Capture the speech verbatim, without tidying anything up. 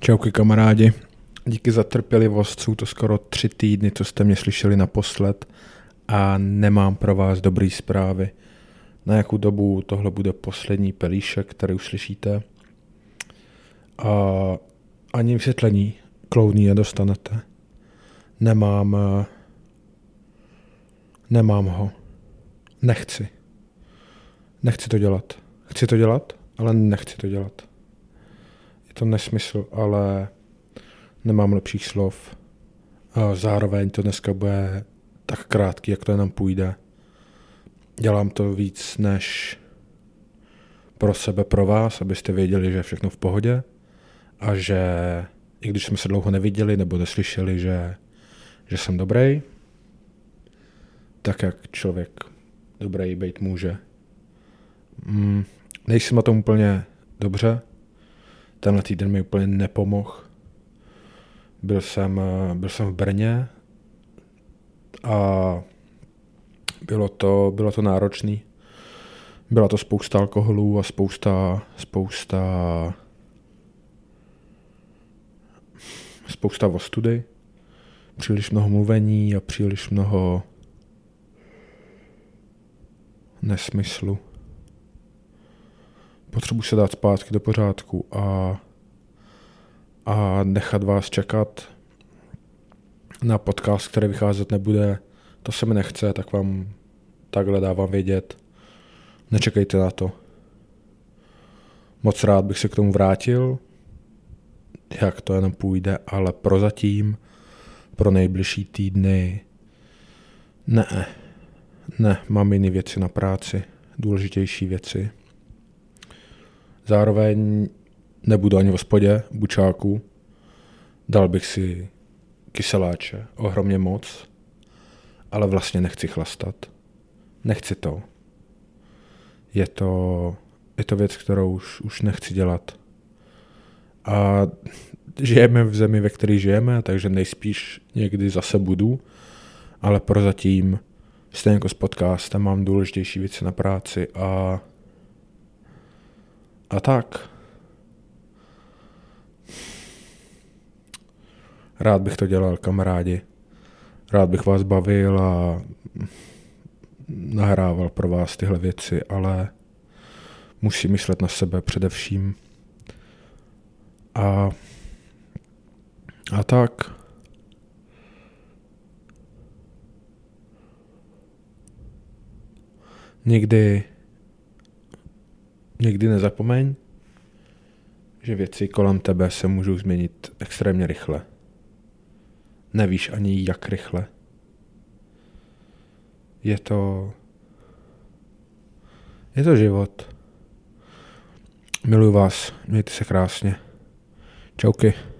Čauky kamarádi, díky za trpělivost, jsou to skoro tři týdny, co jste mě slyšeli naposled a nemám pro vás dobrý zprávy. Na jakou dobu tohle bude poslední pelíšek, který už slyšíte. A ani vysvětlení kloudný nedostanete. Nemám, nemám ho. Nechci. Nechci to dělat. Chci to dělat, ale nechci to dělat. Je to nesmysl, ale nemám lepších slov. A zároveň to dneska bude tak krátký, jak to jenom půjde. Dělám to víc než pro sebe, pro vás, abyste věděli, že je všechno v pohodě a že i když jsme se dlouho neviděli nebo neslyšeli, že, že jsem dobrý, tak jak člověk dobrý být může. Mm, nejsem na tom úplně dobře. Tenhle týden mi úplně nepomohl. Byl jsem, byl jsem v Brně a bylo to, bylo to náročný. Byla to spousta alkoholu a spousta, spousta, spousta ostudy. Příliš mnoho mluvení a příliš mnoho nesmyslu. Potřebuji se dát zpátky do pořádku a, a nechat vás čekat na podcast, který vycházet nebude. To se mi nechce, tak vám takhle dávám vědět. Nečekejte na to. Moc rád bych se k tomu vrátil, jak to jenom půjde, ale prozatím, pro nejbližší týdny, ne, ne, mám jiné věci na práci, důležitější věci. Zároveň nebudu ani v hospodě, bučáku, dal bych si kyseláče, ohromně moc, ale vlastně nechci chlastat. Nechci to. Je to, je to věc, kterou už, už nechci dělat. A žijeme v zemi, ve které žijeme, takže nejspíš někdy zase budu, ale prozatím stejně jako s podcastem mám důležitější věci na práci a a tak. Rád bych to dělal, kamarádi. Rád bych vás bavil a nahrával pro vás tyhle věci, ale musím myslet na sebe především. A, a tak. Někdy Nikdy nezapomeň, že věci kolem tebe se můžou změnit extrémně rychle. Nevíš ani jak rychle. Je to... Je to život. Miluji vás, mějte se krásně. Čauky.